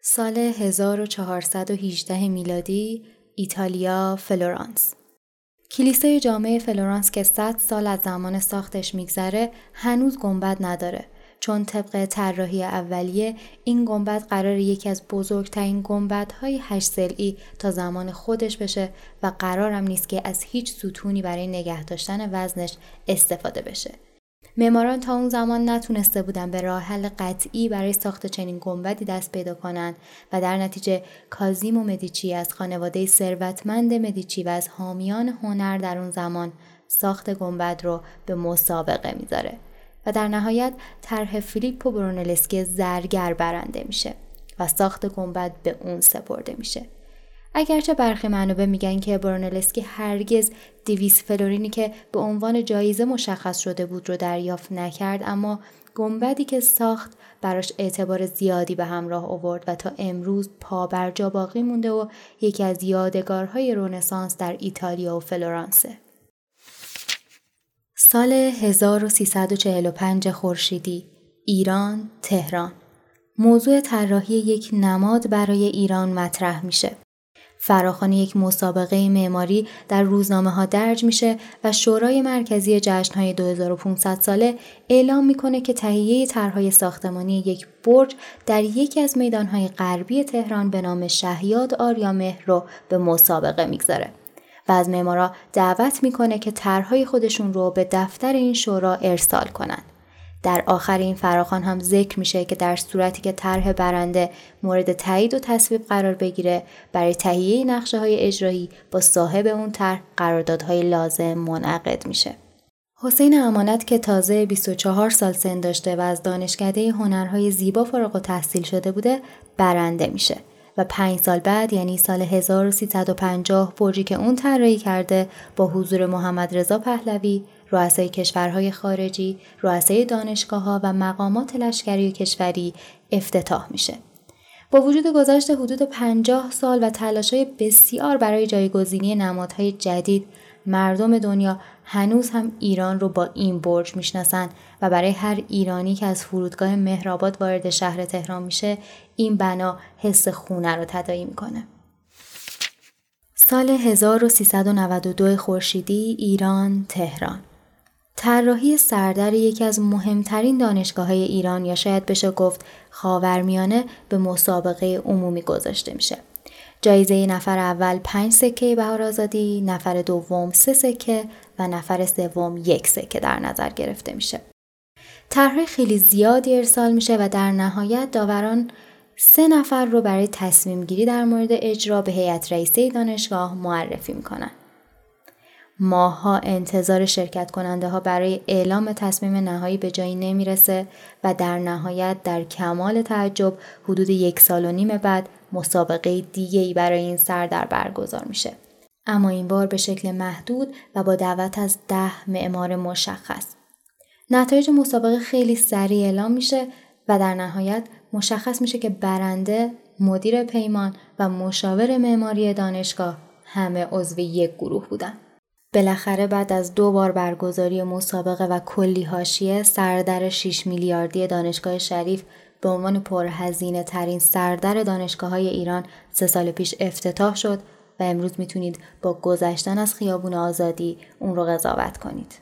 سال 1418 میلادی، ایتالیا، فلورانس. کلیسای جامع فلورانس که 100 سال از زمان ساختش میگذره هنوز گنبد نداره، چون طبق طراحی اولیه این گنبد قراره یکی از بزرگترین گنبدهای 8 ضلعی تا زمان خودش بشه و قرارم نیست که از هیچ ستونی برای نگه داشتن وزنش استفاده بشه. معماران تا اون زمان نتونسته بودن به راه حل قطعی برای ساخت چنین گنبدی دست پیدا کنن و در نتیجه کازیمو مدیچی از خانواده ثروتمند مدیچی و از حامیان هنر در اون زمان ساخت گنبد رو به مسابقه میذاره و در نهایت طرح فیلیپو برونلسکی زرگر برنده میشه و ساخت گنبد به اون سپرده میشه. اگرچه برخی منابع میگن که برونلسکی هرگز 200 فلورینی که به عنوان جایزه مشخص شده بود رو دریافت نکرد، اما گنبدی که ساخت براش اعتبار زیادی به همراه آورد و تا امروز پابرجا باقی مونده و یکی از یادگارهای رنسانس در ایتالیا و فلورانسه. سال 1345 خورشیدی، ایران، تهران. موضوع طراحی یک نماد برای ایران مطرح میشه. فراخوان یک مسابقه معماری در روزنامه‌ها درج میشه و شورای مرکزی جشن‌های 2500 ساله اعلام میکنه که تهیه طرح‌های ساختمانی یک برج در یکی از میدان‌های غربی تهران به نام شهیاد آریامهر رو به مسابقه میگذاره و از معمارا دعوت میکنه که طرح‌های خودشون رو به دفتر این شورا ارسال کنن. در آخر این فراخوان هم ذکر میشه که در صورتی که طرح برنده مورد تایید و تصویب قرار بگیره، برای تهیه نقشه‌های اجرایی با صاحب اون طرح قراردادهای لازم منعقد میشه. حسین امانت که تازه 24 سال سن داشته و از دانشکده هنرهای زیبا فارغ التحصیل شده بوده، برنده میشه و 5 سال بعد یعنی سال 1350 برجی که اون طراحی کرده با حضور محمد رضا پهلوی، رؤسای کشورهای خارجی، رؤسای دانشگاه‌ها و مقامات لشکری و کشوری افتتاح میشه. با وجود گذشت حدود 50 سال و تلاش‌های بسیار برای جایگزینی نمادهای جدید، مردم دنیا هنوز هم ایران رو با این برج میشناسن و برای هر ایرانی که از فرودگاه مهرآباد وارد شهر تهران میشه، این بنا حس خونه رو تداعی میکنه. سال 1392 خورشیدی، ایران، تهران. طراحی سردر یکی از مهمترین دانشگاه‌های ایران یا شاید بشه گفت خاورمیانه به مسابقه عمومی گذاشته میشه. جایزه نفر اول 5 سکه بهار آزادی، نفر دوم 3 سکه و نفر سوم 1 سکه در نظر گرفته میشه. طرح خیلی زیادی ارسال میشه و در نهایت داوران 3 نفر رو برای تصمیم گیری در مورد اجرا به هیئت رئیسه دانشگاه معرفی میکنن. ماه‌ها انتظار شرکت کننده ها برای اعلام تصمیم نهایی به جایی نمیرسه و در نهایت در کمال تعجب حدود 1.5 سال بعد مسابقه دیگه‌ای برای این سردر برگزار میشه. اما این بار به شکل محدود و با دعوت از 10 معمار مشخص. نتایج مسابقه خیلی سریع اعلام میشه و در نهایت مشخص میشه که برنده، مدیر پیمان و مشاور معماری دانشگاه همه عضو یک گروه بودن. بالاخره بعد از 2 بار برگزاری مسابقه و کلی حاشیه، سردر 6 میلیاردی دانشگاه شریف به عنوان پرهزینه ترین سردر دانشگاه‌های ایران 3 سال پیش افتتاح شد و امروز میتونید با گذشتن از خیابون آزادی اون رو قضاوت کنید.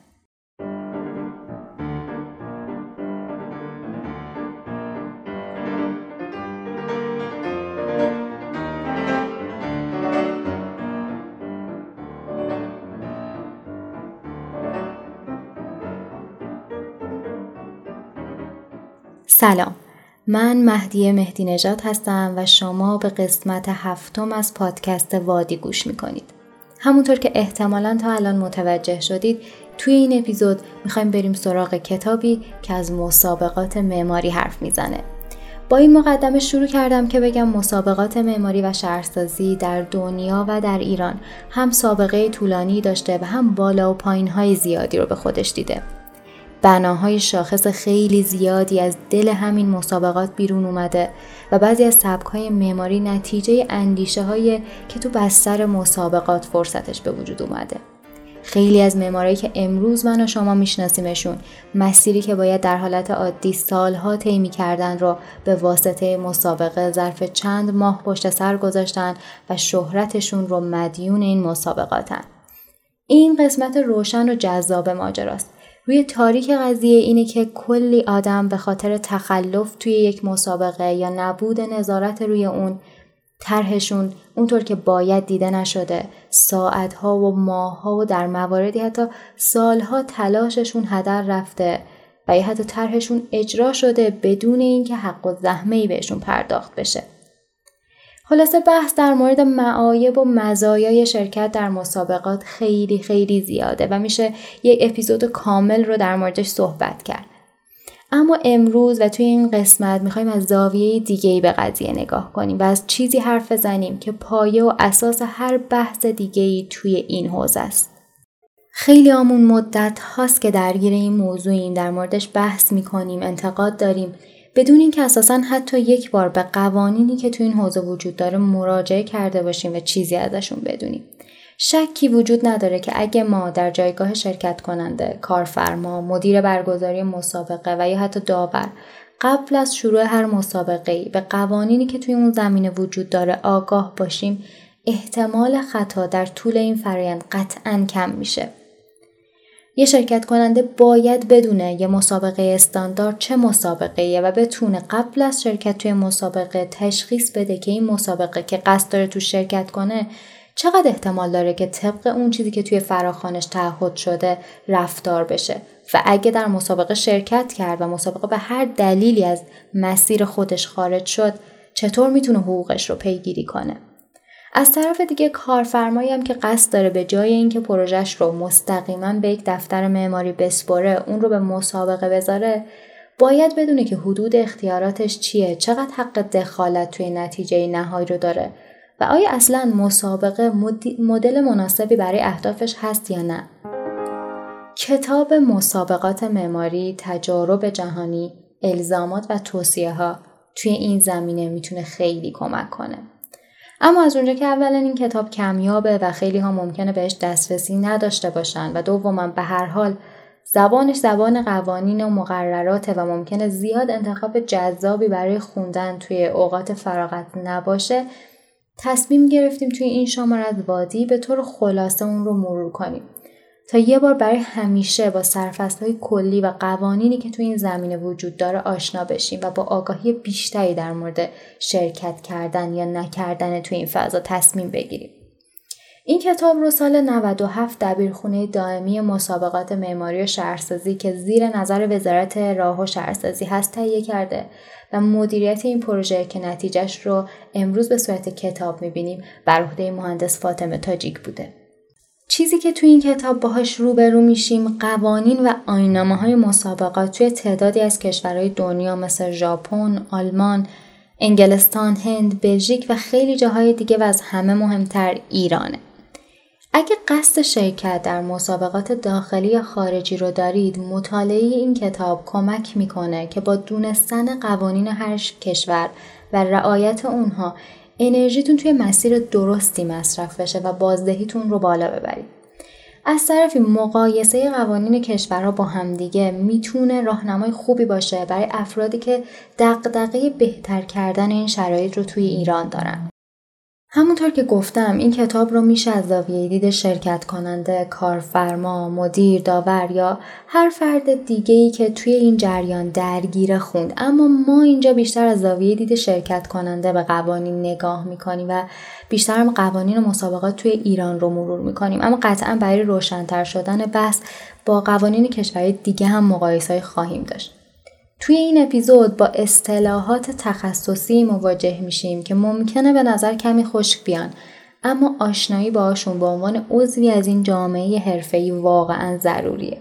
سلام، من مهدیه مهدی نژاد هستم و شما به قسمت 7 از پادکست وادی گوش میکنید. همونطور که احتمالاً تا الان متوجه شدید، توی این اپیزود میخوایم بریم سراغ کتابی که از مسابقات معماری حرف میزنه. با این مقدمه شروع کردم که بگم مسابقات معماری و شهرسازی در دنیا و در ایران هم سابقه طولانی داشته و هم بالا و پایین‌های زیادی رو به خودش دیده. بناهای شاخص خیلی زیادی از دل همین مسابقات بیرون اومده و بعضی از سبک‌های معماری نتیجه اندیشه‌های که تو بستر مسابقات فرصتش به وجود اومده. خیلی از معمارایی که امروز من و شما میشناسیمشون مسیری که باید در حالت عادی سالها طی می‌کردن رو به واسطه مسابقه ظرف چند ماه پشت سر گذاشتن و شهرتشون رو مدیون این مسابقاتن. این قسمت روشن و جذاب ماجراست. روی تاریک قضیه اینه که کلی آدم به خاطر تخلف توی یک مسابقه یا نبود نظارت روی اون طرحشون اونطور که باید دیده نشده، ساعتها و ماهها و در مواردی حتی سالها تلاششون هدر رفته و یا حتی طرحشون اجرا شده بدون اینکه حق و زحمه‌ای بهشون پرداخت بشه. خلاصه بحث در مورد معایب و مزایای شرکت در مسابقات خیلی خیلی زیاده و میشه یک اپیزود کامل رو در موردش صحبت کرد. اما امروز و توی این قسمت میخوایم از زاویه دیگه‌ای به قضیه نگاه کنیم و از چیزی حرف بزنیم که پایه و اساس هر بحث دیگه‌ای توی این حوزه است. خیلی همون مدت هاست که درگیر این موضوعیم، در موردش بحث میکنیم، انتقاد داریم، بدون اینکه اساساً حتی یک بار به قوانینی که توی این حوزه وجود داره مراجعه کرده باشیم و چیزی ازشون بدونیم. شکی وجود نداره که اگه ما در جایگاه شرکت کننده، کارفرما، مدیر برگزاری مسابقه و یا حتی داور قبل از شروع هر مسابقه‌ای به قوانینی که توی اون زمینه وجود داره آگاه باشیم، احتمال خطا در طول این فرآیند قطعاً کم میشه. یه شرکت کننده باید بدونه یه مسابقه استاندارد چه مسابقه‌ایه و بتونه قبل از شرکت توی مسابقه تشخیص بده که این مسابقه که قصد داره تو شرکت کنه چقدر احتمال داره که طبق اون چیزی که توی فراخوانش تعهد شده رفتار بشه و اگه در مسابقه شرکت کرد و مسابقه به هر دلیلی از مسیر خودش خارج شد چطور میتونه حقوقش رو پیگیری کنه. از طرف دیگه کارفرمایی هم که قصد داره به جای اینکه پروژهش رو مستقیما به یک دفتر معماری بسپره اون رو به مسابقه بذاره، باید بدونه که حدود اختیاراتش چیه، چقدر حق دخالت توی نتیجه نهایی رو داره و آیا اصلا مسابقه مدل مناسبی برای اهدافش هست یا نه. کتاب مسابقات معماری، تجارب جهانی، الزامات و توصیه‌ها توی این زمینه میتونه خیلی کمک کنه. اما از اونجا که اولا این کتاب کمیابه و خیلی ها ممکنه بهش دسترسی نداشته باشن و دوما به هر حال زبانش زبان قوانین و مقرراته و ممکنه زیاد انتخاب جذابی برای خوندن توی اوقات فراغت نباشه، تصمیم گرفتیم توی این شماره از وادی به طور خلاصه اون رو مرور کنیم تا یه بار برای همیشه با سرفصل‌های کلی و قوانینی که توی این زمینه وجود داره آشنا بشیم و با آگاهی بیشتری در مورد شرکت کردن یا نکردن توی این فضا تصمیم بگیریم. این کتاب رو سال 97 دبیرخونه دائمی مسابقات معماری و شهرسازی که زیر نظر وزارت راه و شهرسازی هست تهیه کرده و مدیریت این پروژه که نتیجهش رو امروز به صورت کتاب می‌بینیم بر عهده مهندس فاطمه تاجیک بوده. چیزی که توی این کتاب باهاش روبرو میشیم قوانین و آیین‌نامه‌های مسابقات توی تعدادی از کشورهای دنیا مثل ژاپن، آلمان، انگلستان، هند، بلژیک و خیلی جاهای دیگه و از همه مهمتر ایرانه. اگه قصد شرکت در مسابقات داخلی یا خارجی رو دارید، مطالعه این کتاب کمک میکنه که با دونستن قوانین هر کشور و رعایت اونها انرژیتون توی مسیر درستی مصرف بشه و بازدهیتون رو بالا ببرید. از طرفی مقایسه قوانین کشورها با همدیگه میتونه راهنمای خوبی باشه برای افرادی که دغدغه بهتر کردن این شرایط رو توی ایران دارن. همونطور که گفتم این کتاب رو میشه از زاویه دید شرکت کننده، کارفرما، مدیر، داور یا هر فرد دیگه‌ای که توی این جریان درگیره خوند، اما ما اینجا بیشتر از زاویه دید شرکت کننده به قوانین نگاه میکنیم و بیشتر هم قوانین مسابقات توی ایران رو مرور میکنیم، اما قطعا برای روشن‌تر شدن بحث با قوانین کشورهای دیگه هم مقایسه‌ای خواهیم داشت. توی این اپیزود با اصطلاحات تخصصی مواجه میشیم که ممکنه به نظر کمی خشک بیان، اما آشنایی باهاشون به عنوان عضوی از این جامعه حرفه‌ای واقعاً ضروریه.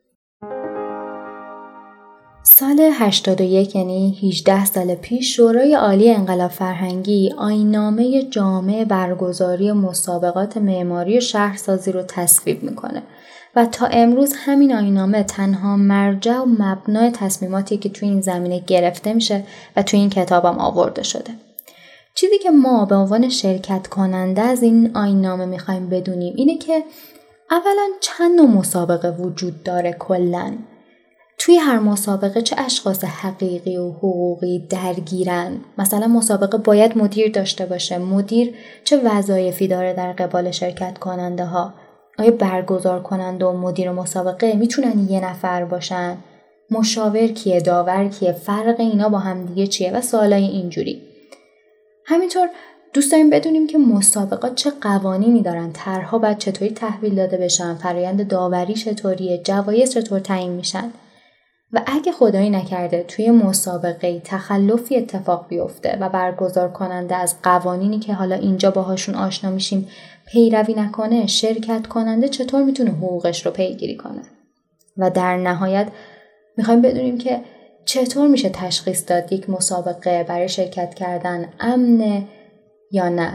سال 81 یعنی 18 سال پیش شورای عالی انقلاب فرهنگی آیین‌نامه جامع برگزاری مسابقات معماری و شهرسازی رو تصویب میکنه و تا امروز همین آیین‌نامه تنها مرجع و مبنای تصمیماتی که توی این زمینه گرفته میشه و توی این کتابم آورده شده. چیزی که ما به عنوان شرکت کننده از این آیین‌نامه میخوایم بدونیم اینه که اولا چند نوع مسابقه وجود داره کلاً؟ توی هر مسابقه چه اشخاص حقیقی و حقوقی درگیرن؟ مثلا مسابقه باید مدیر داشته باشه. مدیر چه وظایفی داره در قبال شرکت کننده ها؟ آیا برگزار کننده و مدیر مسابقه میتونن یه نفر باشن؟ مشاور کیه؟ داور کیه؟ فرق اینا با هم دیگه چیه؟ و سوالای اینجوری. همینطور دوست داریم بدونیم که مسابقات چه قوانینی دارن، طرح‌ها باید چطوری تحویل داده بشن، فرآیند داوری چطوریه، جوایز چطور تعیین میشن. و اگه خدایی نکرده توی مسابقه تخلفی اتفاق بیفته و برگزار کننده از قوانینی که حالا اینجا باهاشون آشنا میشیم پیروی نکنه، شرکت کننده چطور میتونه حقوقش رو پیگیری کنه؟ و در نهایت میخوایم بدونیم که چطور میشه تشخیص داد یک مسابقه برای شرکت کردن امنه یا نه.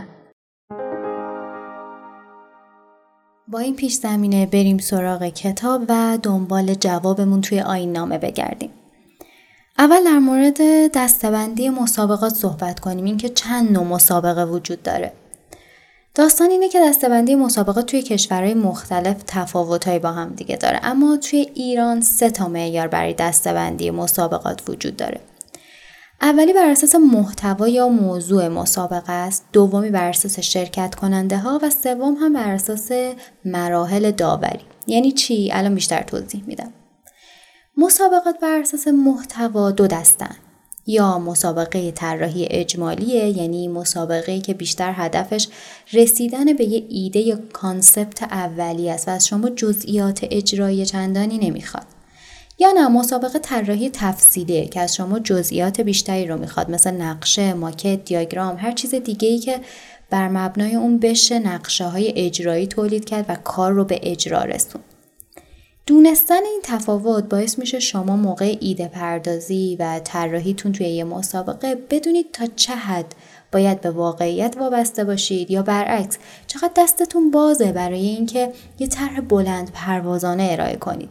با این پیش زمینه بریم سراغ کتاب و دنبال جوابمون توی آیین نامه بگردیم. اول در مورد دسته‌بندی مسابقات صحبت کنیم، این که چند نوع مسابقه وجود داره. داستان اینه که دسته‌بندی مسابقات توی کشورهای مختلف تفاوت‌هایی با هم دیگه داره، اما توی ایران 3 معیار برای دسته‌بندی مسابقات وجود داره. اولی بر اساس محتوا یا موضوع مسابقه است، دومی بر اساس شرکت کننده ها و سوم هم بر اساس مراحل داوری. یعنی چی؟ الان بیشتر توضیح میدم. مسابقات بر اساس محتوا 2 دستن. یا مسابقه طراحی اجمالیه، یعنی مسابقه‌ای که بیشتر هدفش رسیدن به یه ایده یا کانسپت اولیه است و از شما جزئیات اجرایی چندانی نمیخواد. یا نه، مسابقه طراحی تفصیلیه که از شما جزئیات بیشتری رو میخواد، مثل نقشه، ماکت، دیاگرام، هر چیز دیگه‌ای که بر مبنای اون بشه نقشه‌های اجرایی تولید کرد و کار رو به اجرا رسوند. دونستن این تفاوت باعث میشه شما موقع ایده پردازی و طراحیتون توی یه مسابقه بدونید تا چه حد باید به واقعیت وابسته باشید یا برعکس چقدر دستتون بازه برای اینکه یه طرح بلند پروازانه ارائه کنید.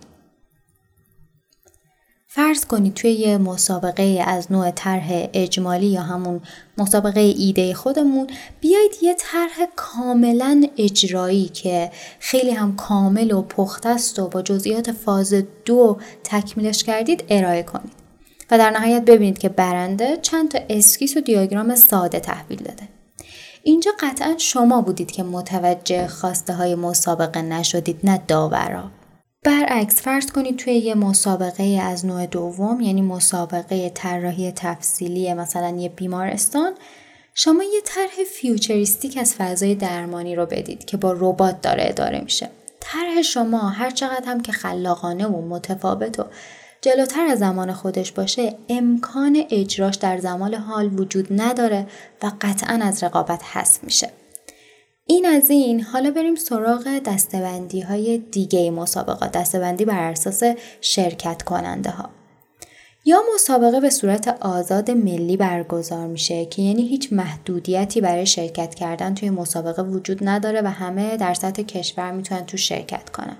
فرض کنید توی یه مسابقه از نوع طرح اجمالی یا همون مسابقه ایده خودمون بیایید یه طرح کاملا اجرایی که خیلی هم کامل و پخته است و با جزئیات فاز 2 تکمیلش کردید ارائه کنید و در نهایت ببینید که برنده چند تا اسکیس و دیاگرام ساده تحویل داده. اینجا قطعا شما بودید که متوجه خواسته های مسابقه نشدید، نه داورا. برعکس فرض کنید توی یه مسابقه از نوع دوم، یعنی مسابقه طراحی تفصیلی مثلا یه بیمارستان، شما یه طرح فیوچریستیک از فضای درمانی رو بدید که با ربات داره اداره میشه. طرح شما هر چقدر هم که خلاقانه و متفاوت و جلوتر از زمان خودش باشه، امکان اجراش در زمان حال وجود نداره و قطعا از رقابت حذف میشه. این از این. حالا بریم سراغ دسته‌بندی های دیگه مسابقات، دسته‌بندی بر اساس شرکت کننده ها. یا مسابقه به صورت آزاد ملی برگزار میشه که یعنی هیچ محدودیتی برای شرکت کردن توی مسابقه وجود نداره و همه در سطح کشور میتونن تو شرکت کنن.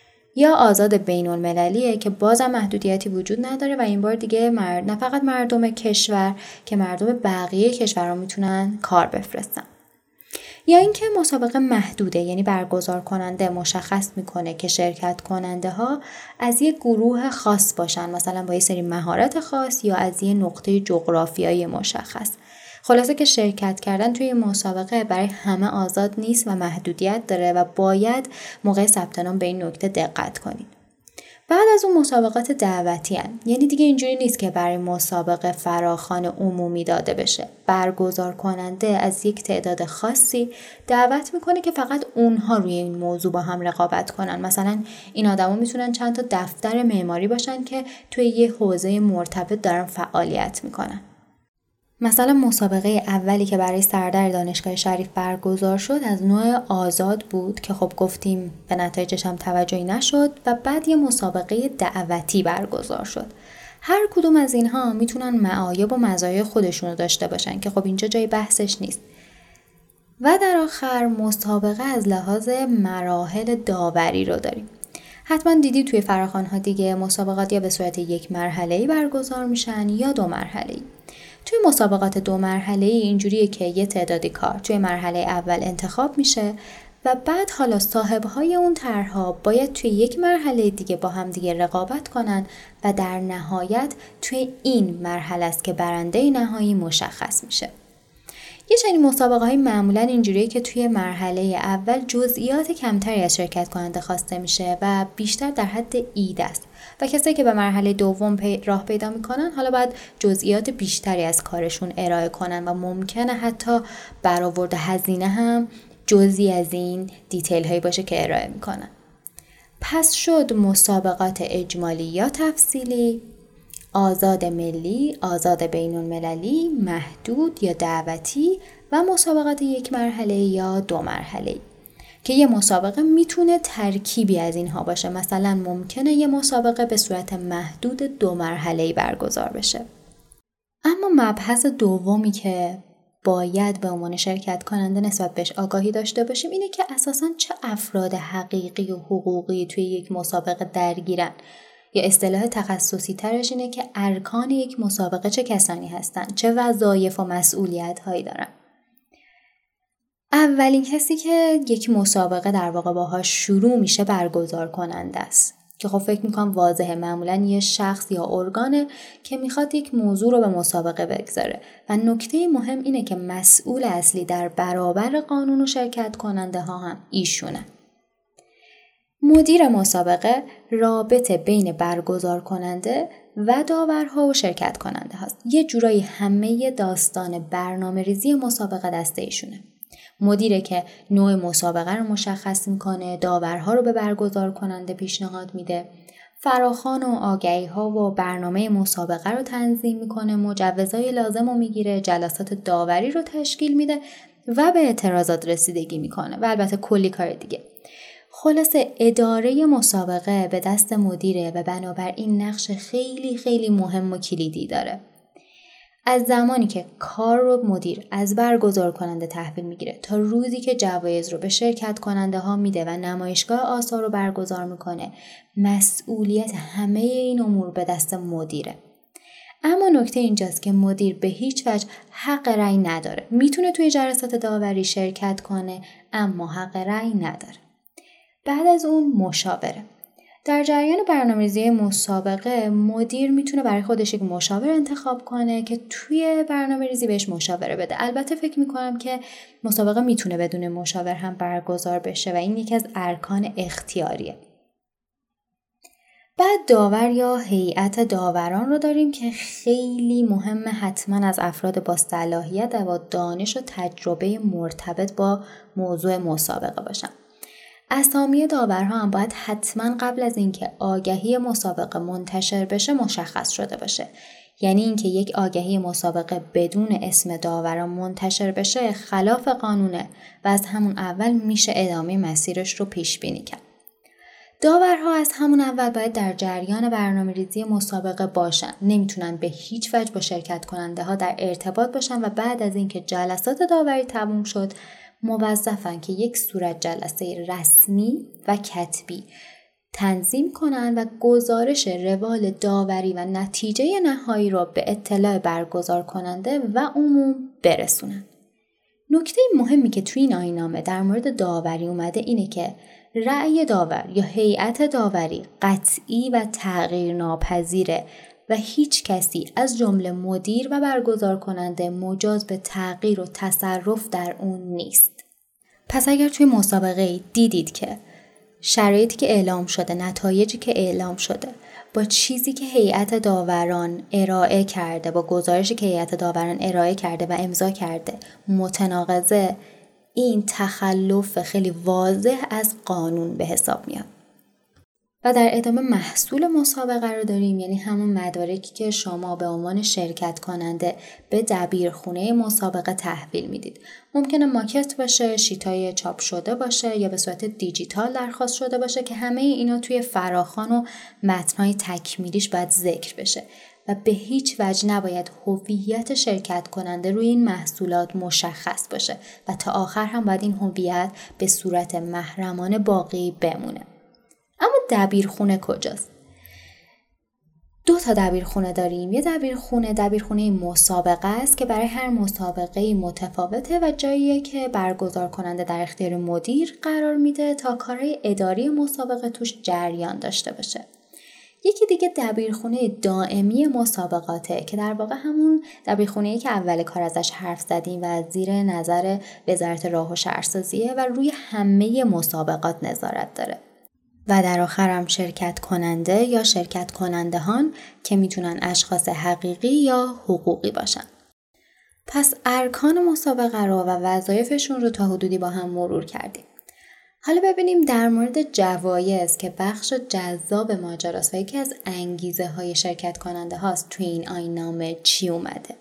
یا آزاد بین المللیه که بازم محدودیتی وجود نداره و این بار دیگه نه فقط مردم کشور که مردم بقیه کشورها میتونن کار بفرستن. یا اینکه مسابقه محدوده، یعنی برگزار کننده مشخص میکنه که شرکت کننده ها از یک گروه خاص باشن، مثلا با یه سری مهارت خاص یا از یه نقطه جغرافیایی مشخص. خلاصه که شرکت کردن توی مسابقه برای همه آزاد نیست و محدودیت داره و باید موقع ثبت نام به این نکته دقت کنید. بعد از اون مسابقات دعوتی هستند، یعنی دیگه اینجوری نیست که برای مسابقه فراخوان عمومی داده بشه. برگزار کننده از یک تعداد خاصی دعوت میکنه که فقط اونها روی این موضوع با هم رقابت کنن. مثلا این آدما میتونن چند تا دفتر معماری باشن که توی یه حوزه مرتبط دارن فعالیت میکنن. مثلا مسابقه اولی که برای سردر دانشگاه شریف برگزار شد از نوع آزاد بود که خب گفتیم به نتایجش هم توجهی نشد و بعد یه مسابقه دعوتی برگزار شد. هر کدوم از اینها میتونن معایب و مزایای خودشونو داشته باشن که خب اینجا جای بحثش نیست. و در آخر مسابقه از لحاظ مراحل داوری رو داریم. حتما دیدی توی فراخوان‌ها دیگه مسابقات یا به صورت 1 مرحله‌ای برگزار میشن یا 2 مرحله‌ای. توی مسابقات 2 مرحله‌ای اینجوریه که یه تعدادی کار توی مرحله اول انتخاب میشه و بعد حالا صاحبهای اون طرح‌ها باید توی یک مرحله دیگه با هم دیگه رقابت کنن و در نهایت توی این مرحله است که برنده نهایی مشخص میشه. یه چنین مسابقه‌های معمولاً اینجوریه که توی مرحله اول جزئیات کمتری از شرکت کننده خواسته میشه و بیشتر در حد ایده است و کسایی که به مرحله دوم راه پیدا میکنن حالا باید جزئیات بیشتری از کارشون ارائه کنن و ممکنه حتی برآورد هزینه هم جزئی از این دیتیل هایی باشه که ارائه میکنن. پس شد مسابقات اجمالی یا تفصیلی، آزاد ملی، آزاد بین المللی، محدود یا دعوتی و مسابقات یک مرحله یا دو مرحله که یه مسابقه میتونه ترکیبی از اینها باشه. مثلا ممکنه یه مسابقه به صورت محدود دو مرحله‌ای برگزار بشه. اما مبحث دومی که باید به عنوان شرکت کننده نسبت بهش آگاهی داشته باشیم اینه که اساساً چه افراد حقیقی و حقوقی توی یک مسابقه درگیرن، یا اصطلاح تخصصی ترش اینه که ارکان یک مسابقه چه کسانی هستن، چه وظایف و مسئولیت هایی دارن. اولین کسی که یک مسابقه در واقع باهاش شروع میشه برگزار کننده است که خب فکر میکنم واضحه، معمولا یه شخص یا ارگانه که میخواد یک موضوع رو به مسابقه بگذاره و نکته مهم اینه که مسئول اصلی در برابر قانون و شرکت کننده ها هم ایشونه. مدیر مسابقه رابطه بین برگزار کننده و داورها و شرکت کننده هاست. یه جورایی همه داستان برنامه ریزی مسابقه دسته ایشونه. مدیره که نوع مسابقه رو مشخص میکنه، داورها رو به برگزار کننده پیشنهاد میده، فراخوان و آگهی ها و برنامه مسابقه رو تنظیم میکنه، مجوزهای لازم رو میگیره، جلسات داوری رو تشکیل میده و به اعتراضات رسیدگی میکنه و البته کلی کار دیگه. خلاصه اداره مسابقه به دست مدیره و بنابراین نقش خیلی خیلی مهم و کلیدی داره. از زمانی که کار رو مدیر از برگزار کننده تحویل میگیره تا روزی که جوایز رو به شرکت کننده ها میده و نمایشگاه آثار رو برگزار میکنه، مسئولیت همه این امور به دست مدیره. اما نکته اینجاست که مدیر به هیچ وجه حق رأی نداره. میتونه توی جلسات داوری شرکت کنه اما حق رأی نداره. بعد از اون مشاوره. در جریان برنامه‌ریزی مسابقه مدیر میتونه برای خودش یک مشاور انتخاب کنه که توی برنامه‌ریزی بهش مشاوره بده. البته فکر میکنم که مسابقه میتونه بدون مشاور هم برگزار بشه و این یکی از ارکان اختیاریه. بعد داور یا هیئت داوران رو داریم که خیلی مهمه حتما از افراد با صلاحیت و دانش و تجربه مرتبط با موضوع مسابقه باشن. اسامی داورها هم باید حتما قبل از اینکه آگهی مسابقه منتشر بشه مشخص شده باشه. یعنی اینکه یک آگهی مسابقه بدون اسم داوران منتشر بشه خلاف قانونه و از همون اول میشه ادامه مسیرش رو پیش بینی کرد. داورها از همون اول باید در جریان برنامه‌ریزی مسابقه باشن. نمیتونن به هیچ وجه با شرکت کننده ها در ارتباط باشن و بعد از اینکه جلسات داوری تموم شد موظفن که یک صورت جلسه رسمی و کتبی تنظیم کنن و گزارش روال داوری و نتیجه نهایی را به اطلاع برگزار کننده و عموم برسونن. نکته مهمی که توی این آیین‌نامه در مورد داوری اومده اینه که رأی داور یا هیئت داوری قطعی و تغییر ناپذیره و هیچ کسی از جمله مدیر و برگزار کننده مجاز به تغییر و تصرف در اون نیست. پس اگر توی مسابقه دیدید که شرایطی که اعلام شده، نتایجی که اعلام شده با چیزی که هیئت داوران ارائه کرده، با گزارشی که هیئت داوران ارائه کرده و امضا کرده متناقضه، این تخلف خیلی واضح از قانون به حساب میاد. و در ادامه محصول مسابقه رو داریم، یعنی همون مدارکی که شما به عنوان شرکت کننده به دبیرخونه مسابقه تحویل میدید. ممکنه ماکت باشه، شیتای چاپ شده باشه یا به صورت دیجیتال درخواست شده باشه که همه اینا توی فراخوان و متن‌های تکمیلیش باید ذکر بشه و به هیچ وجه نباید هویت شرکت کننده روی این محصولات مشخص باشه و تا آخر هم باید این هویت به صورت محرمانه باقی بمونه. اما دبیرخونه کجاست؟ 2 تا دبیرخونه داریم. یه دبیرخونه مسابقه است که برای هر مسابقه متفاوته و جاییه که برگزار کننده در اختیار مدیر قرار میده تا کارهای اداری مسابقه توش جریان داشته باشه. یکی دیگه دبیرخونه دائمی مسابقاته که در واقع همون دبیرخونه‌ای که اول کار ازش حرف زدیم و زیر نظر وزارت راه و شهرسازیه و روی همه مسابقات نظارت داره. و در آخرم شرکت کننده یا شرکت کنندهان که میتونن اشخاص حقیقی یا حقوقی باشن. پس ارکان مسابقه رو و وظایفشون رو تا حدودی با هم مرور کردیم. حالا ببینیم در مورد جوایز که بخش جذاب ماجراست و یکی از انگیزه های شرکت کننده هاست توی این آیین‌نامه چی اومده.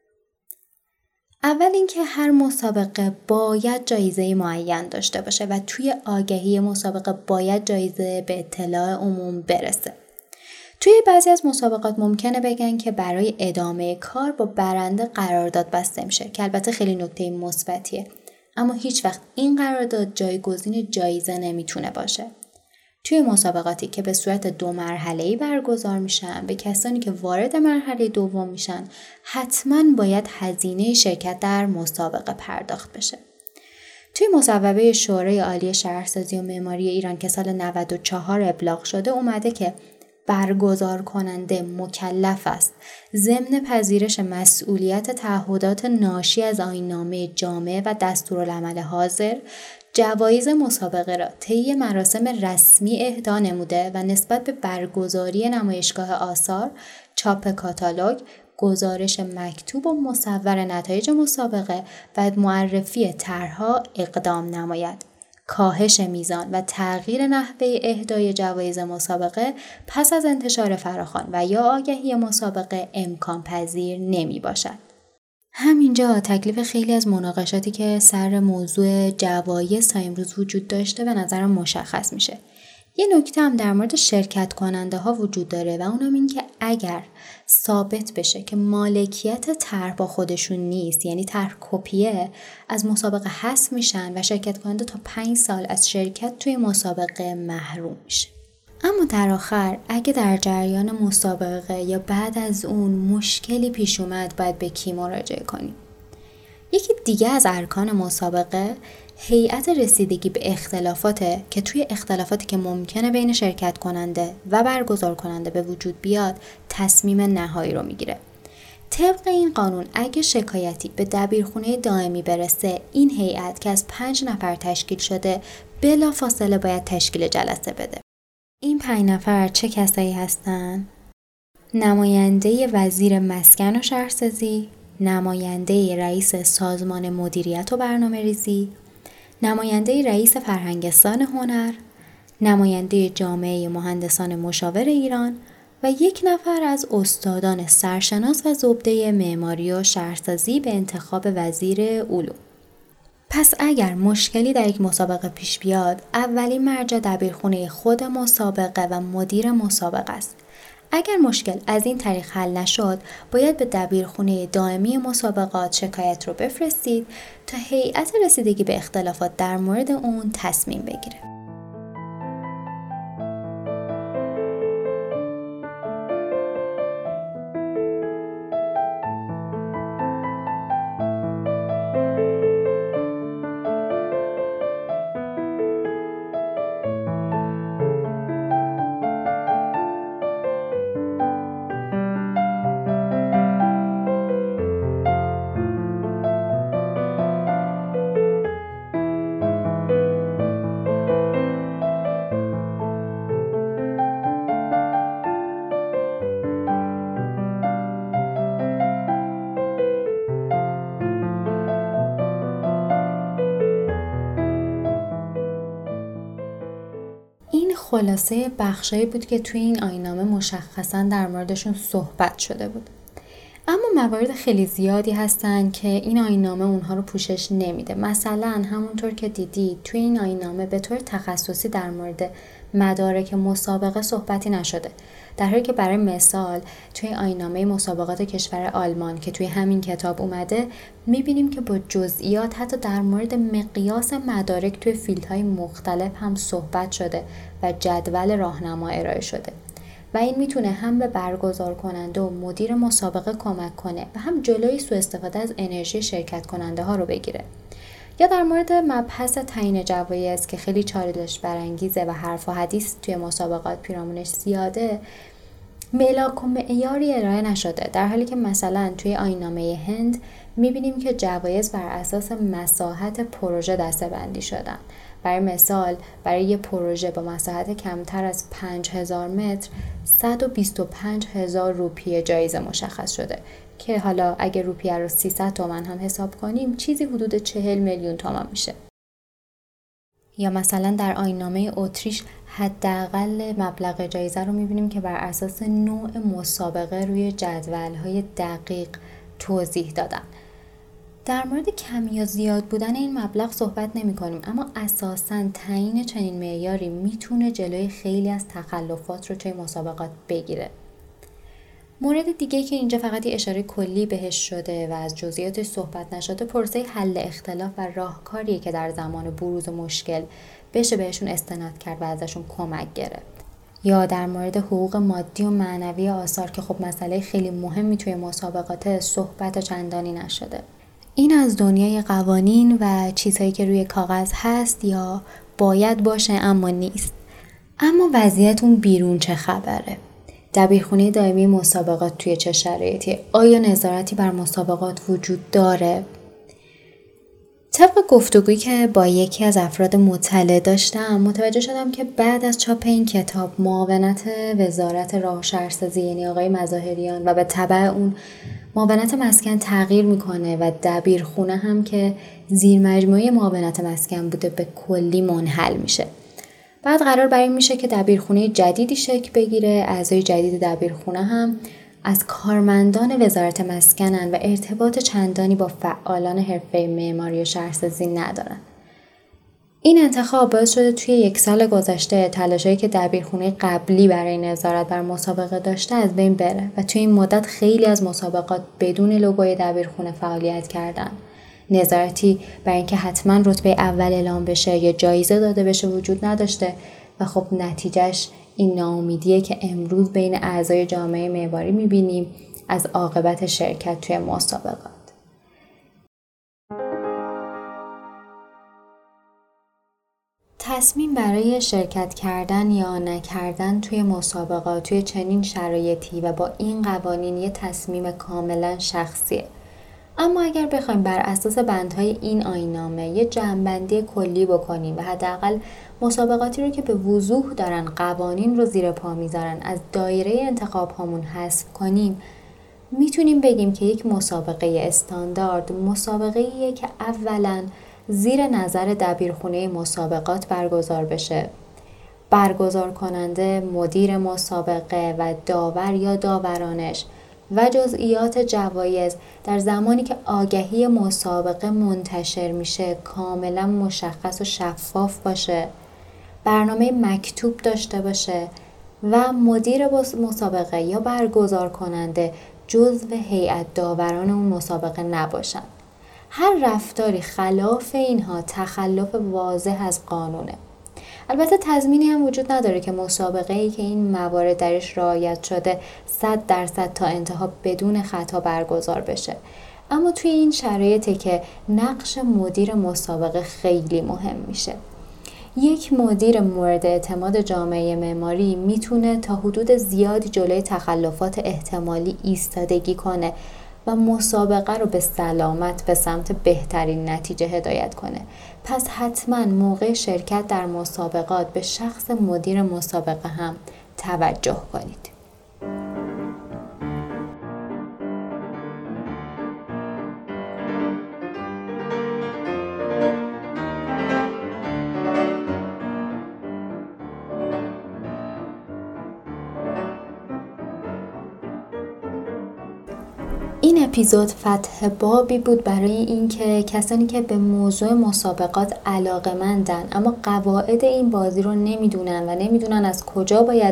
اول اینکه هر مسابقه باید جایزه معین داشته باشه و توی آگهی مسابقه باید جایزه به اطلاع عموم برسه. توی بعضی از مسابقات ممکنه بگن که برای ادامه کار با برنده قرارداد بسته میشه که البته خیلی نکته مثبتیه، اما هیچ وقت این قرارداد جایگزین جایزه نمیتونه باشه. توی مسابقاتی که به صورت 2 مرحله‌ای برگزار میشن، به کسانی که وارد مرحله دوم میشن حتما باید هزینه شرکت در مسابقه پرداخت بشه. توی مصوبه شورای عالی شهرسازی و معماری ایران که سال 94 ابلاغ شده اومده که برگزار کننده مکلف است ضمن پذیرش مسئولیت تعهدات ناشی از آیین‌نامه جامع و دستورالعمل حاضر جوایز مسابقه را طی مراسم رسمی اهدا نموده و نسبت به برگزاری نمایشگاه آثار، چاپ کاتالوگ، گزارش مکتوب و مصور نتایج مسابقه و معرفی طرح‌ها اقدام نماید. کاهش میزان و تغییر نحوه اهدای جوایز مسابقه پس از انتشار فراخوان و یا آگهی مسابقه امکان پذیر نمی باشد. همینجا تکلیف خیلی از مناقشاتی که سر موضوع جوایز تا امروز وجود داشته به نظرم مشخص میشه. یه نکته هم در مورد شرکت کننده ها وجود داره و اونم این که اگر ثابت بشه که مالکیت طرح با خودشون نیست، یعنی طرح کپیه، از مسابقه حذف میشن و شرکت کننده تا 5 سال از شرکت توی مسابقه محروم میشه. اما در آخر اگه در جریان مسابقه یا بعد از اون مشکلی پیش اومد باید به کی مراجعه کنیم؟ یکی دیگه از ارکان مسابقه هیئت رسیدگی به اختلافاته که توی اختلافاتی که ممکنه بین شرکت کننده و برگزار کننده به وجود بیاد تصمیم نهایی رو میگیره. طبق این قانون اگه شکایتی به دبیرخونه دائمی برسه، این هیئت که از 5 نفر تشکیل شده بلافاصله باید تشکیل جلسه بده. این 5 نفر چه کسایی هستن؟ نماینده وزیر مسکن و شهرسازی، نماینده رئیس سازمان مدیریت و برنامه‌ریزی، نماینده رئیس فرهنگستان هنر، نماینده جامعه مهندسان مشاور ایران و 1 نفر از استادان سرشناس و زبده معماری و شهرسازی به انتخاب وزیر علوم. پس اگر مشکلی در یک مسابقه پیش بیاد، اولین مرجع دبیرخونه خود مسابقه و مدیر مسابقه است. اگر مشکل از این طریق حل نشد، باید به دبیرخونه دائمی مسابقات شکایت رو بفرستید تا هیئت رسیدگی به اختلافات در مورد اون تصمیم بگیره. خلاصه بخشایی بود که توی این آیین‌نامه مشخصاً در موردشون صحبت شده بود. اما موارد خیلی زیادی هستن که این آیین‌نامه اونها رو پوشش نمیده. مثلا همونطور که دیدید توی این آیین‌نامه به طور تخصصی در مورد مدارک مسابقه صحبتی نشده. در حالی که برای مثال توی آیین‌نامه مسابقات کشور آلمان که توی همین کتاب اومده میبینیم که با جزئیات حتی در مورد مقیاس مدارک توی فیلدهای مختلف هم صحبت شده و جدول راهنما ارائه شده. و این میتونه هم به برگزار کننده و مدیر مسابقه کمک کنه و هم جلوی سوء استفاده از انرژی شرکت کننده ها رو بگیره. یا در مورد مبحث تعیین جوایز که خیلی چالش برانگیزه و حرف و حدیث توی مسابقات پیرامونش زیاده، ملاک و معیاری ارائه نشده، در حالی که مثلا توی آیین‌نامه هند میبینیم که جوایز بر اساس مساحت پروژه دسته‌بندی شدن. برای مثال برای یه پروژه با مساحت کمتر از 5000 متر 125,000 روپیه جایزه مشخص شده که حالا اگه روپیه رو 300 تومان هم حساب کنیم چیزی حدود 40 میلیون تومان میشه. یا مثلا در آیین‌نامه اتریش حداقل مبلغ جایزه رو میبینیم که بر اساس نوع مسابقه روی جدول‌های دقیق توضیح دادن. در مورد کم یا زیاد بودن این مبلغ صحبت نمی کنیم، اما اساساً تعیین چنین معیاری میتونه جلوی خیلی از تخلفات رو توی مسابقات بگیره. مورد دیگه که اینجا فقط یه اشاره کلی بهش شده و از جزئیاتش صحبت نشده، پروسه حل اختلاف و راهکاریه که در زمان بروز مشکل بشه بهشون استناد کرد و ازشون کمک گرفت. یا در مورد حقوق مادی و معنوی آثار که خب مسئله خیلی مهمی توی مسابقات صحبت چندانی نشده. این از دنیای قوانین و چیزهایی که روی کاغذ هست یا باید باشه اما نیست. اما وضعیت اون بیرون چه خبره؟ دبیرخونه دائمی مسابقات توی چه شرایطی؟ آیا نظارتی بر مسابقات وجود داره؟ طبق گفتگویی که با یکی از افراد مطلع داشتم متوجه شدم که بعد از چاپ این کتاب معاونت وزارت راه و شهرسازی یعنی آقای مظاهریان و به تبع اون معاونت مسکن تغییر میکنه و دبیرخونه هم که زیر مجموعه معاونت مسکن بوده به کلی منحل میشه. بعد قرار بر این میشه که دبیرخونه جدیدی شکل بگیره. اعضای جدید دبیرخونه هم از کارمندان وزارت مسکنن و ارتباط چندانی با فعالان حرفه معماری و شهرسازی ندارن. این انتخاب باعث شده توی 1 سال گذشته تلاشایی که دبیرخونه قبلی برای نظارت بر مسابقه داشته از بین بره و توی این مدت خیلی از مسابقات بدون لوگوی دبیرخونه فعالیت کردن. نظارتی برای اینکه حتما رتبه اول اعلام بشه یا جایزه داده بشه وجود نداشته و خب نتیجهش این ناامیدیه که امروز بین اعضای جامعه معماری می‌بینیم از عاقبت شرکت توی مسابقات. تصمیم برای شرکت کردن یا نکردن توی مسابقات توی چنین شرایطی و با این قوانین یه تصمیم کاملا شخصیه. اما اگر بخوایم بر اساس بندهای این آیین‌نامه یه جمع‌بندی کلی بکنیم و حداقل مسابقاتی رو که به وضوح دارن قوانین رو زیر پا میذارن از دایره انتخاب هامون حذف کنیم، میتونیم بگیم که یک مسابقه استاندارد مسابقه‌ایه که اولاً زیر نظر دبیرخونه مسابقات برگزار بشه. برگزار کننده، مدیر مسابقه و داور یا داورانش و جزئیات جوایز در زمانی که آگهی مسابقه منتشر میشه کاملا مشخص و شفاف باشه، برنامه مکتوب داشته باشه و مدیر مسابقه یا برگزار کننده جزو هیئت داوران اون مسابقه نباشن. هر رفتاری خلاف اینها تخلف واضح از قانونه. البته تضمینی هم وجود نداره که مسابقه‌ای که این موارد درش رعایت شده 100% تا انتها بدون خطا برگزار بشه. اما توی این شرایطی که نقش مدیر مسابقه خیلی مهم میشه. یک مدیر مورد اعتماد جامعه معماری میتونه تا حدود زیادی جلوی تخلفات احتمالی ایستادگی کنه و مسابقه رو به سلامت به سمت بهترین نتیجه هدایت کنه. پس حتما موقع شرکت در مسابقات به شخص مدیر مسابقه هم توجه کنید. این اپیزود فتح بابی بود برای اینکه کسانی که به موضوع مسابقات علاقه‌مندن اما قواعد این بازی رو نمیدونن و نمیدونن از کجا باید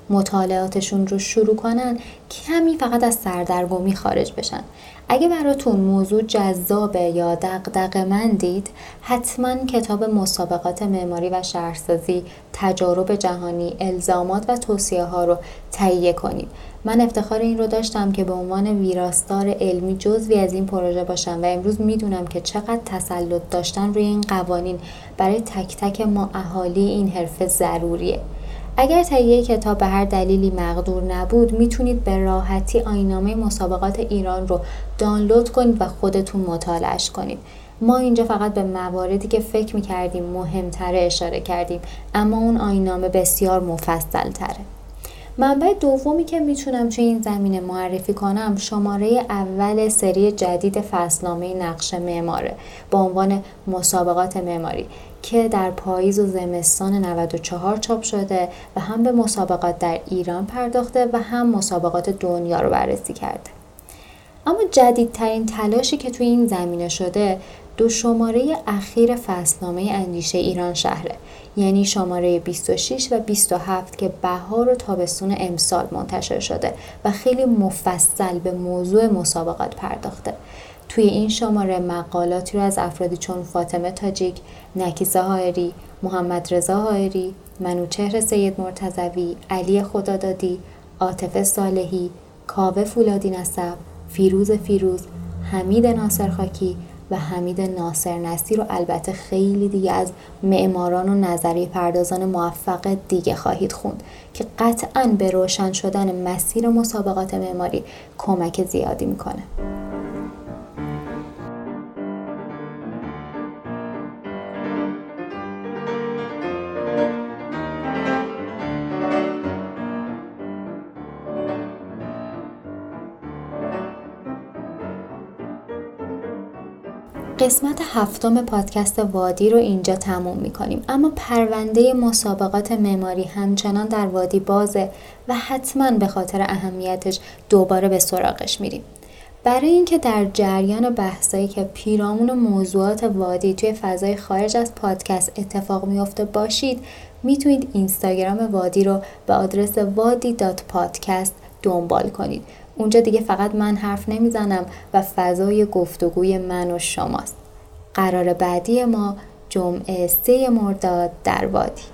مطالعاتشون رو شروع کنن کمی فقط از سردرگمی خارج بشن. اگه براتون موضوع جذابه یا دغدغه‌مندید، حتما کتاب مسابقات معماری و شهرسازی، تجارب جهانی، الزامات و توصیه ها رو تهیه کنید. من افتخار این رو داشتم که به عنوان ویراستار علمی جزوی از این پروژه باشم و امروز میدونم که چقدر تسلط داشتن روی این قوانین برای تک تک ما اهالی این حرفه ضروریه. اگر تهیه کتاب به هر دلیلی مقدور نبود، میتونید به راحتی آیین‌نامه مسابقات ایران رو دانلود کنید و خودتون مطالعه‌اش کنید. ما اینجا فقط به مواردی که فکر می‌کردیم مهم‌تره اشاره کردیم، اما اون آیین‌نامه بسیار مفصل‌تره. منبع دومی که میتونم توی این زمینه معرفی کنم شماره اول سری جدید فصلنامه نقش معماره با عنوان مسابقات معماری که در پاییز و زمستان 94 چاپ شده و هم به مسابقات در ایران پرداخته و هم مسابقات دنیا رو بررسی کرده. اما جدیدترین تلاشی که توی این زمینه شده 2 شماره اخیر فصلنامه اندیشه ایران شهره، یعنی شماره 26 و 27 که بهار و تابستون امسال منتشر شده و خیلی مفصل به موضوع مسابقات پرداخته. توی این شماره مقالاتی رو از افرادی چون فاطمه تاجیک، نکیسه حائری، محمد رضا حائری، منوچهر سید مرتضوی، علی خدادادی، عاطفه صالحی، کاوه فولادی نسب، فیروز، حمید ناصر خاکی و حمید ناصر نصیر و البته خیلی دیگه از معماران و نظریه پردازان موفق دیگه خواهید خوند که قطعاً به روشن شدن مسیر مسابقات معماری کمک زیادی میکنه. قسمت 7 پادکست وادی رو اینجا تموم می‌کنیم، اما پرونده مسابقات معماری همچنان در وادی بازه و حتما به خاطر اهمیتش دوباره به سراغش میریم. برای اینکه در جریان بحثایی که پیرامون موضوعات وادی توی فضای خارج از پادکست اتفاق میفته باشید، میتونید اینستاگرام وادی رو به آدرس wadi.podcast دنبال کنید. اونجا دیگه فقط من حرف نمیزنم و فضای گفتگوی من و شماست. قرار بعدی ما جمعه 3 مرداد در وادی.